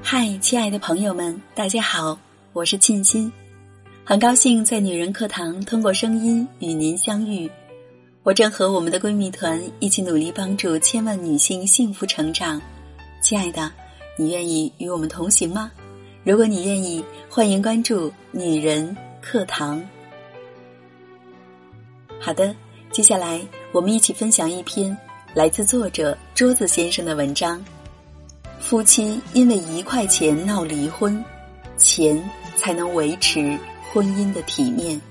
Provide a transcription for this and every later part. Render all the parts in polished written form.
嗨，亲爱的朋友们，大家好，我是沁心，很高兴在女人课堂通过声音与您相遇。我正和我们的闺蜜团一起努力帮助千万女性幸福成长。亲爱的，你愿意与我们同行吗？如果你愿意，欢迎关注女人课堂。好的，接下来我们一起分享一篇来自作者桌子先生的文章。夫妻因为1块钱闹离婚，钱才能维持婚姻的体面。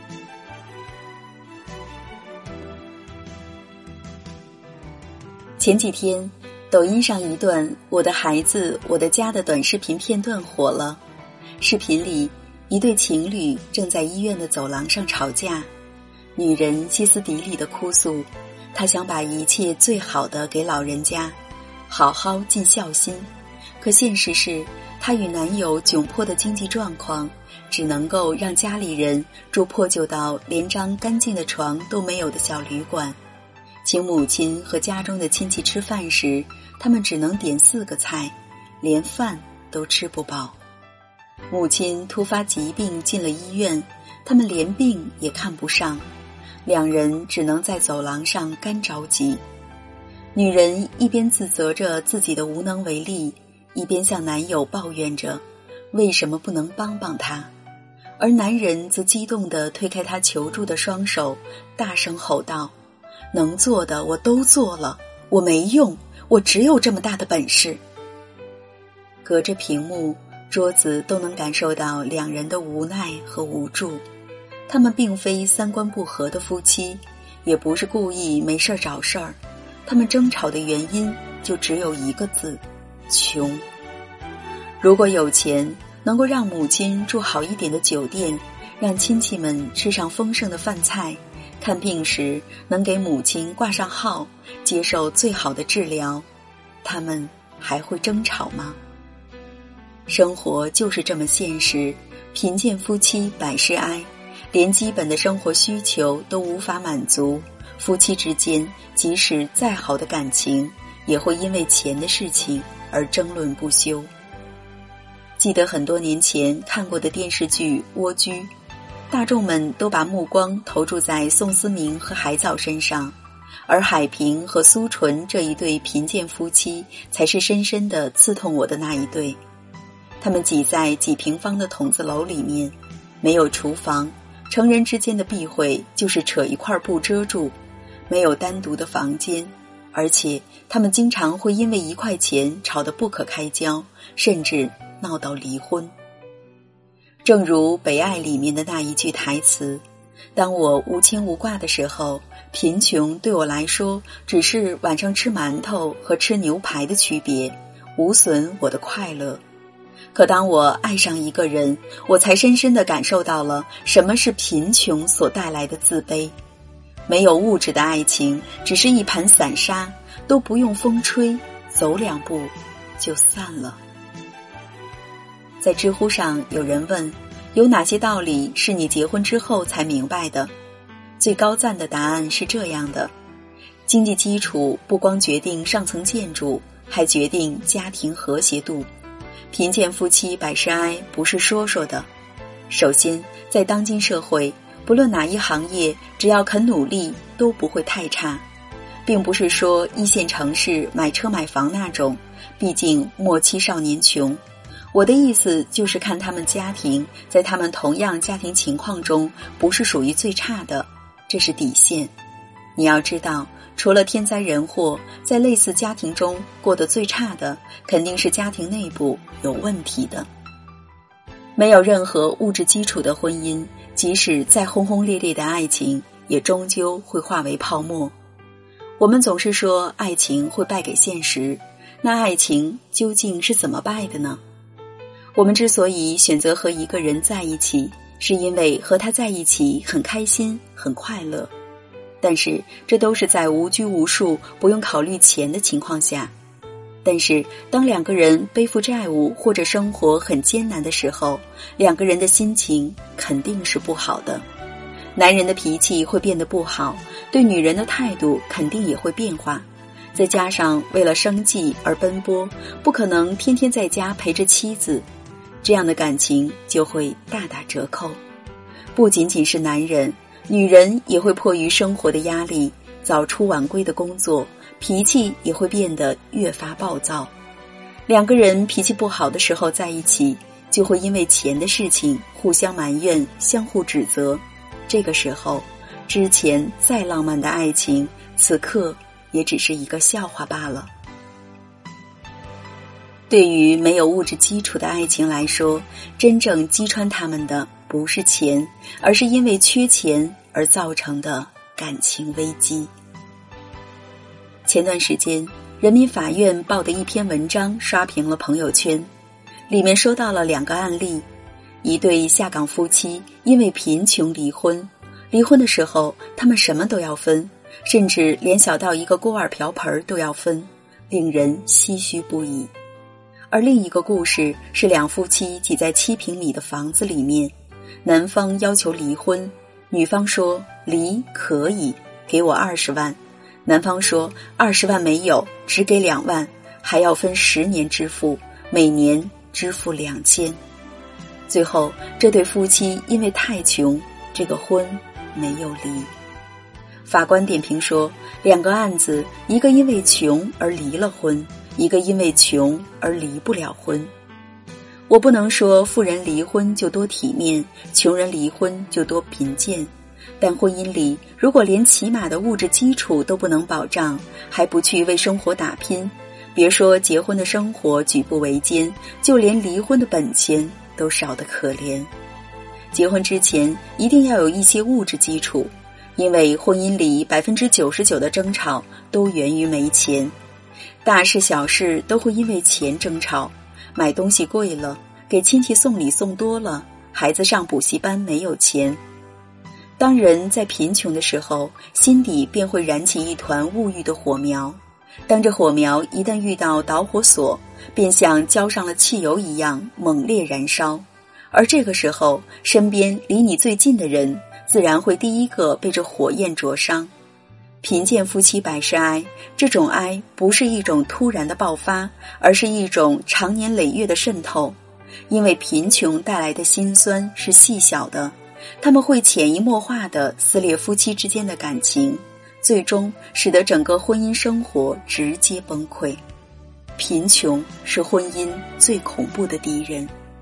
前几天抖音上一段我的孩子我的家的短视频片段火了。视频里一对情侣正在医院的走廊上吵架，女人歇斯底里地哭诉，她想把一切最好的给老人家，好好尽孝心。可现实是，她与男友窘迫的经济状况只能够让家里人住破旧到连张干净的床都没有的小旅馆。请母亲和家中的亲戚吃饭时，他们只能点4个菜，连饭都吃不饱。母亲突发疾病进了医院，他们连病也看不上，两人只能在走廊上干着急。女人一边自责着自己的无能为力，一边向男友抱怨着为什么不能帮帮她，而男人则激动地推开她求助的双手，大声吼道，能做的我都做了，我没用，我只有这么大的本事。隔着屏幕，桌子都能感受到两人的无奈和无助。他们并非三观不合的夫妻，也不是故意没事找事儿，他们争吵的原因就只有一个字，穷。如果有钱，能够让母亲住好一点的酒店，让亲戚们吃上丰盛的饭菜，看病时能给母亲挂上号，接受最好的治疗，他们还会争吵吗？生活就是这么现实，贫贱夫妻百事哀，连基本的生活需求都无法满足，夫妻之间即使再好的感情，也会因为钱的事情而争论不休。记得很多年前看过的电视剧《蜗居》，大众们都把目光投注在宋思明和海藻身上，而海平和苏纯这一对贫贱夫妻才是深深地刺痛我的那一对。他们挤在几平方的筒子楼里面，没有厨房，成人之间的避讳就是扯一块布遮住，没有单独的房间，而且他们经常会因为1块钱吵得不可开交，甚至闹到离婚。正如《北爱》里面的那一句台词，当我无牵无挂的时候，贫穷对我来说只是晚上吃馒头和吃牛排的区别，无损我的快乐。可当我爱上一个人，我才深深地感受到了什么是贫穷所带来的自卑。没有物质的爱情，只是一盘散沙，都不用风吹，走2步就散了。在知乎上有人问，有哪些道理是你结婚之后才明白的？最高赞的答案是这样的：经济基础不光决定上层建筑，还决定家庭和谐度。贫贱夫妻百事哀不是说说的。首先，在当今社会，不论哪一行业，只要肯努力都不会太差，并不是说1线城市买车买房那种，毕竟末期少年穷。我的意思就是看他们家庭在他们同样家庭情况中不是属于最差的，这是底线。你要知道，除了天灾人祸，在类似家庭中过得最差的肯定是家庭内部有问题的。没有任何物质基础的婚姻，即使再轰轰烈烈的爱情，也终究会化为泡沫。我们总是说爱情会败给现实，那爱情究竟是怎么败的呢？我们之所以选择和一个人在一起，是因为和他在一起很开心很快乐，但是这都是在无拘无束不用考虑钱的情况下。但是当2个人背负债务或者生活很艰难的时候，2个人的心情肯定是不好的。男人的脾气会变得不好，对女人的态度肯定也会变化， 再加上为了生计而奔波，不可能天天在家陪着妻子，这样的感情就会大打折扣。不仅仅是男人，女人也会迫于生活的压力，早出晚归的工作，脾气也会变得越发暴躁。两个人脾气不好的时候在一起，就会因为钱的事情互相埋怨，相互指责。这个时候，之前再浪漫的爱情，此刻也只是一个笑话罢了。对于没有物质基础的爱情来说，真正击穿他们的不是钱，而是因为缺钱而造成的感情危机。前段时间，人民法院报的一篇文章刷屏了朋友圈，里面说到了2个案例。一对下岗夫妻因为贫穷离婚，离婚的时候他们什么都要分，甚至连小到一个锅碗瓢盆都要分，令人唏嘘不已。而另一个故事是2夫妻挤在7平米的房子里面，男方要求离婚，女方说离可以，给我20万，男方说20万没有，只给2万，还要分10年支付，每年支付2000。最后这对夫妻因为太穷，这个婚没有离。法官点评说，2个案子，一个因为穷而离了婚，一个因为穷而离不了婚。我不能说富人离婚就多体面，穷人离婚就多贫贱，但婚姻里如果连起码的物质基础都不能保障，还不去为生活打拼，别说结婚的生活举步维艰，就连离婚的本钱都少得可怜。结婚之前一定要有一些物质基础，因为婚姻里99%的争吵都源于没钱，大事小事都会因为钱争吵，买东西贵了，给亲戚送礼送多了，孩子上补习班没有钱。当人在贫穷的时候，心底便会燃起一团物欲的火苗，当这火苗一旦遇到导火索，便像浇上了汽油一样猛烈燃烧，而这个时候身边离你最近的人自然会第一个被这火焰灼伤。贫贱夫妻百事哀，这种哀不是一种突然的爆发，而是一种长年累月的渗透。因为贫穷带来的辛酸是细小的，他们会潜移默化地撕裂夫妻之间的感情，最终使得整个婚姻生活直接崩溃。贫穷是婚姻最恐怖的敌人。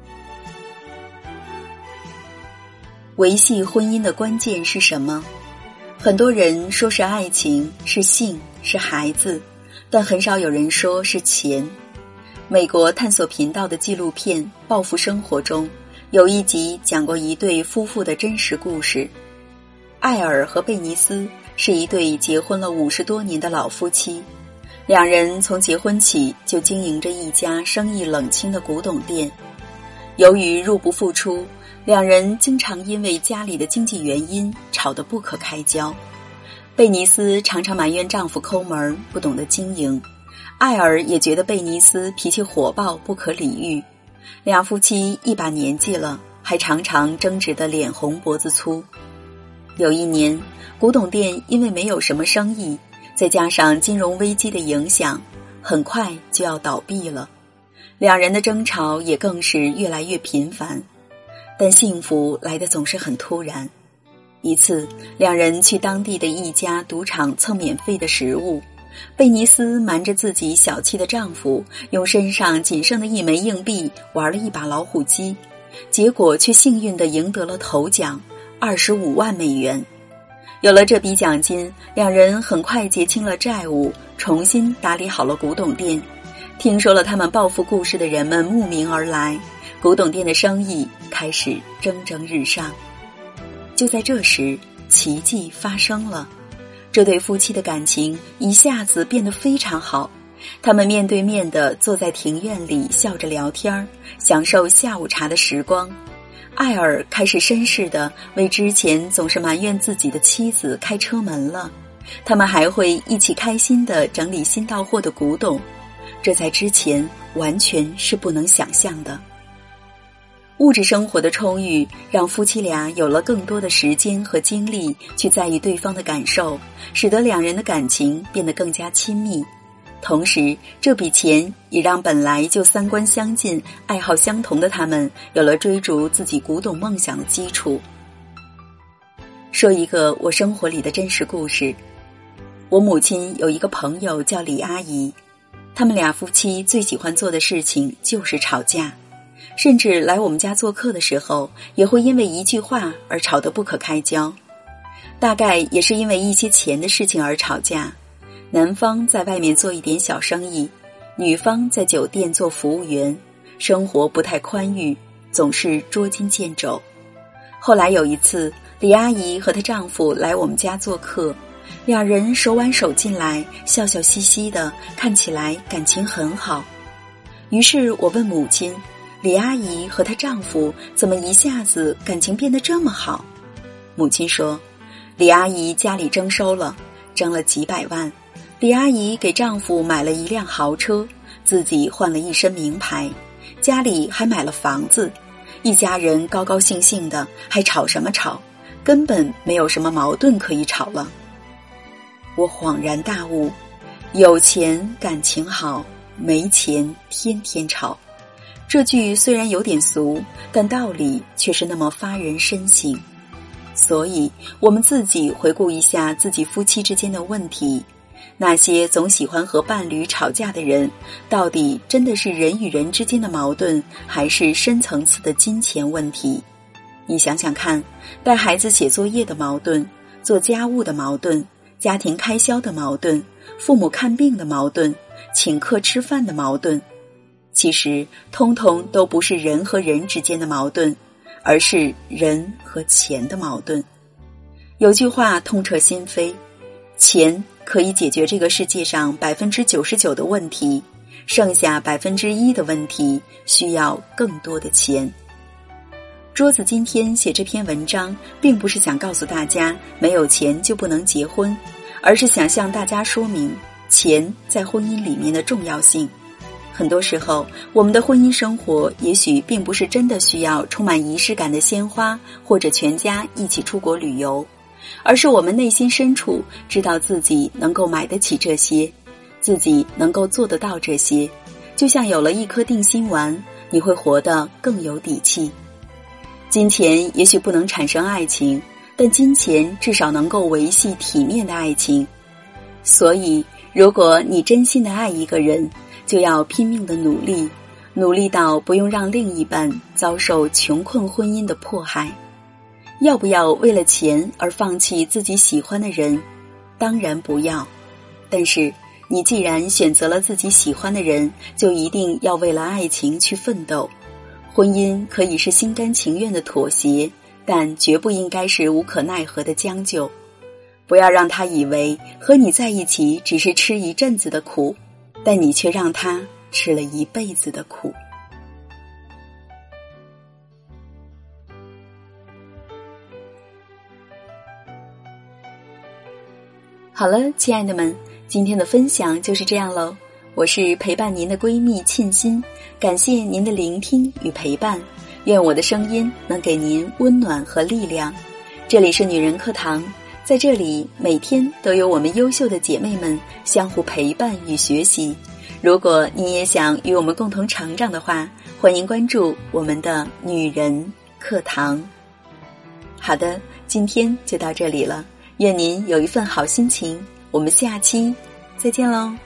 维系婚姻的关键是什么？很多人说是爱情，是性，是孩子，但很少有人说是钱。美国探索频道的纪录片《报复生活》中，有一集讲过一对夫妇的真实故事。艾尔和贝尼斯是一对结婚了50多年的老夫妻，两人从结婚起就经营着一家生意冷清的古董店。由于入不敷出，两人经常因为家里的经济原因吵得不可开交。贝尼斯常常埋怨丈夫抠门，不懂得经营，艾尔也觉得贝尼斯脾气火爆，不可理喻。两夫妻一把年纪了，还常常争执得脸红脖子粗。有一年，古董店因为没有什么生意，再加上金融危机的影响，很快就要倒闭了。两人的争吵也更是越来越频繁，但幸福来得总是很突然。一次，两人去当地的一家赌场蹭免费的食物，贝尼斯瞒着自己小气的丈夫，用身上仅剩的1枚硬币玩了一把老虎机，结果却幸运地赢得了头奖25万美元。有了这笔奖金，两人很快结清了债务，重新打理好了古董店。听说了他们报复故事的人们慕名而来，古董店的生意开始蒸蒸日上。就在这时，奇迹发生了，这对夫妻的感情一下子变得非常好。他们面对面地坐在庭院里笑着聊天，享受下午茶的时光。艾尔开始绅士地为之前总是埋怨自己的妻子开车门了，他们还会一起开心地整理新到货的古董，这在之前完全是不能想象的。物质生活的充裕让夫妻俩有了更多的时间和精力去在意对方的感受，使得两人的感情变得更加亲密。 同时这笔钱也让本来就三观相近、爱好相同的他们有了追逐自己古董梦想的基础。说一个我生活里的真实故事。我母亲有一个朋友叫李阿姨，他们俩夫妻最喜欢做的事情就是吵架，甚至来我们家做客的时候也会因为一句话而吵得不可开交。大概也是因为一些钱的事情而吵架，男方在外面做一点小生意，女方在酒店做服务员，生活不太宽裕，总是捉襟见肘。后来有一次，李阿姨和她丈夫来我们家做客，两人手挽手进来，笑笑嘻嘻的，看起来感情很好。于是我问母亲，李阿姨和她丈夫怎么一下子感情变得这么好？母亲说，李阿姨家里征收了，征了几百万，李阿姨给丈夫买了一辆豪车，自己换了一身名牌，家里还买了房子，一家人高高兴兴的，还吵什么吵？根本没有什么矛盾可以吵了。我恍然大悟，有钱感情好，没钱天天吵。这句虽然有点俗，但道理却是那么发人深省。所以我们自己回顾一下自己夫妻之间的问题，那些总喜欢和伴侣吵架的人，到底真的是人与人之间的矛盾，还是深层次的金钱问题？你想想看，带孩子写作业的矛盾，做家务的矛盾，家庭开销的矛盾，父母看病的矛盾，请客吃饭的矛盾，其实通通都不是人和人之间的矛盾，而是人和钱的矛盾。有句话痛彻心扉，钱可以解决这个世界上 99% 的问题，剩下 1% 的问题需要更多的钱。桌子今天写这篇文章，并不是想告诉大家没有钱就不能结婚，而是想向大家说明钱在婚姻里面的重要性。很多时候，我们的婚姻生活也许并不是真的需要充满仪式感的鲜花，或者全家一起出国旅游，而是我们内心深处知道自己能够买得起这些，自己能够做得到这些，就像有了一颗定心丸，你会活得更有底气。金钱也许不能产生爱情，但金钱至少能够维系体面的爱情。所以，如果你真心的爱一个人，就要拼命的努力，努力到不用让另一半遭受穷困婚姻的迫害。要不要为了钱而放弃自己喜欢的人？当然不要。但是，你既然选择了自己喜欢的人，就一定要为了爱情去奋斗。婚姻可以是心甘情愿的妥协，但绝不应该是无可奈何的将就。不要让他以为和你在一起只是吃一阵子的苦，但你却让他吃了一辈子的苦。好了，亲爱的们，今天的分享就是这样咯。我是陪伴您的闺蜜沁心，感谢您的聆听与陪伴，愿我的声音能给您温暖和力量。这里是女人课堂，在这里每天都有我们优秀的姐妹们相互陪伴与学习。如果你也想与我们共同成长的话，欢迎关注我们的女人课堂。好的，今天就到这里了，愿您有一份好心情，我们下期再见喽。